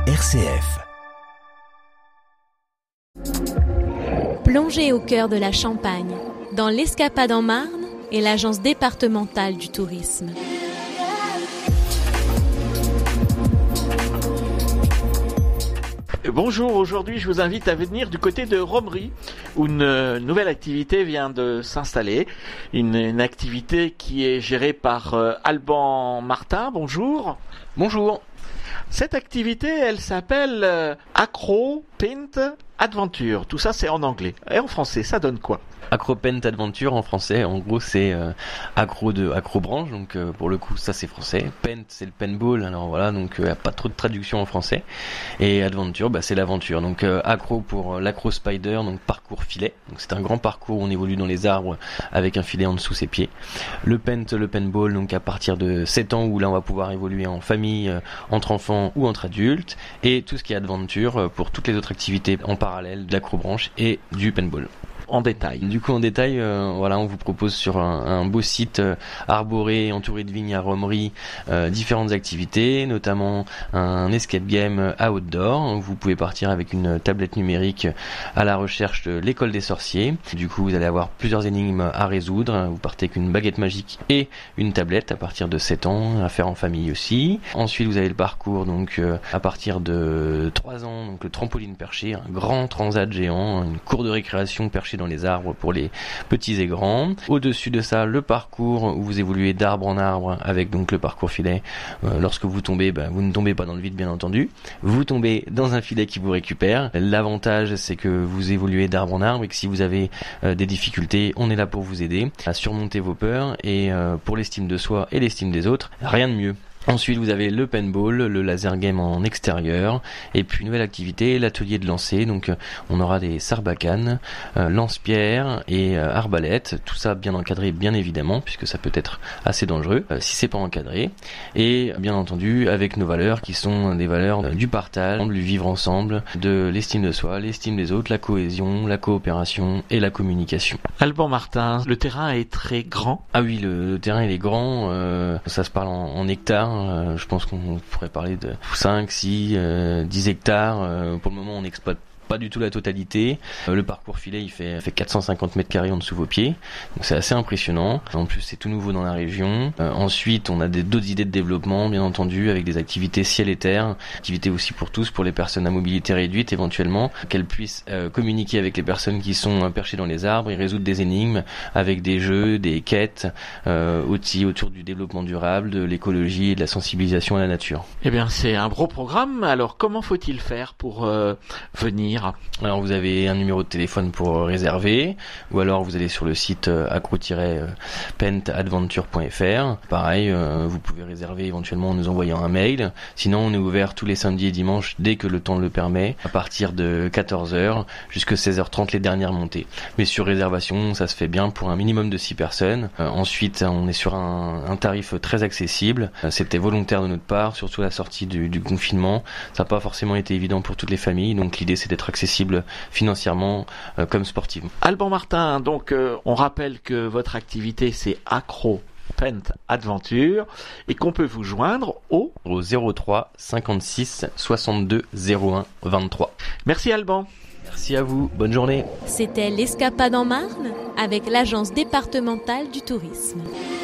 RCF. Plongez au cœur de la Champagne, dans l'Escapade en Marne et l'Agence départementale du tourisme. Bonjour, aujourd'hui je vous invite à venir du côté de Romery où une nouvelle activité vient de s'installer. Une activité qui est gérée par Alban Martin. Bonjour. Bonjour. Cette activité, elle s'appelle Acro Paint Adventure. Tout ça c'est en anglais. Et en français, ça donne quoi ? Acro Paint Adventure en français, en gros c'est accro de accrobranche, donc pour le coup ça c'est français. Paint c'est le paintball, alors voilà, donc il n'y a pas trop de traduction en français. Et Adventure, c'est l'aventure. Donc accro pour l'acro spider, donc parcours filet. Donc c'est un grand parcours où on évolue dans les arbres avec un filet en dessous ses pieds. Le paintball, donc à partir de 7 ans où là on va pouvoir évoluer en famille, entre enfants ou entre adultes. Et tout ce qui est adventure pour toutes les autres activités en parallèle de l'acrobranche et du paintball. En détail. Du coup, en détail, on vous propose sur un beau site arboré, entouré de vignes à Romery, différentes activités, notamment un escape game à outdoor. Vous pouvez partir avec une tablette numérique à la recherche de l'école des sorciers. Du coup, vous allez avoir plusieurs énigmes à résoudre. Vous partez avec une baguette magique et une tablette à partir de 7 ans, à faire en famille aussi. Ensuite, vous avez le parcours donc à partir de 3 ans, donc le trampoline perché, un grand transat géant, une cour de récréation perchée dans les arbres pour les petits et grands. Au-dessus de ça, le parcours où vous évoluez d'arbre en arbre avec donc le parcours filet. Lorsque vous tombez, vous ne tombez pas dans le vide bien entendu. Vous tombez dans un filet qui vous récupère. L'avantage, c'est que vous évoluez d'arbre en arbre et que si vous avez des difficultés, on est là pour vous aider à surmonter vos peurs et pour l'estime de soi et l'estime des autres, rien de mieux. Ensuite, vous avez le paintball, le laser game en extérieur, et puis nouvelle activité, l'atelier de lancer. Donc, on aura des sarbacanes, lance-pierres et arbalètes. Tout ça bien encadré, bien évidemment, puisque ça peut être assez dangereux si c'est pas encadré. Et bien entendu, avec nos valeurs qui sont des valeurs du partage, du vivre ensemble, de l'estime de soi, l'estime des autres, la cohésion, la coopération et la communication. Alban Martin, le terrain est très grand. Ah oui, le terrain il est grand. Ça se parle en hectares. Je pense qu'on pourrait parler de 5, 6, 10 hectares. Pour le moment, on n'exploite pas du tout la totalité. Le parcours filet, il fait 450 mètres carrés en dessous vos pieds. Donc c'est assez impressionnant. En plus, c'est tout nouveau dans la région. Ensuite, on a d'autres idées de développement, bien entendu, avec des activités ciel et terre. Activités aussi pour tous, pour les personnes à mobilité réduite, éventuellement, qu'elles puissent communiquer avec les personnes qui sont perchées dans les arbres et résoudre des énigmes avec des jeux, des quêtes, aussi autour du développement durable, de l'écologie et de la sensibilisation à la nature. Eh bien, c'est un gros programme. Alors, comment faut-il faire pour venir ? Alors vous avez un numéro de téléphone pour réserver, ou alors vous allez sur le site acro-paintadventure.fr. Pareil, vous pouvez réserver éventuellement en nous envoyant un mail. Sinon, on est ouvert tous les samedis et dimanches dès que le temps le permet, à partir de 14h jusqu'à 16h30 les dernières montées. Mais sur réservation, ça se fait bien pour un minimum de 6 personnes. Ensuite, on est sur un tarif très accessible. C'était volontaire de notre part, surtout à la sortie du confinement. Ça n'a pas forcément été évident pour toutes les familles, donc l'idée c'est d'être accessible financièrement comme sportivement. Alban Martin, donc on rappelle que votre activité c'est Acro Paint Adventure et qu'on peut vous joindre au 03 56 62 01 23. Merci Alban. Merci à vous, bonne journée. C'était l'Escapade en Marne avec l'Agence départementale du tourisme.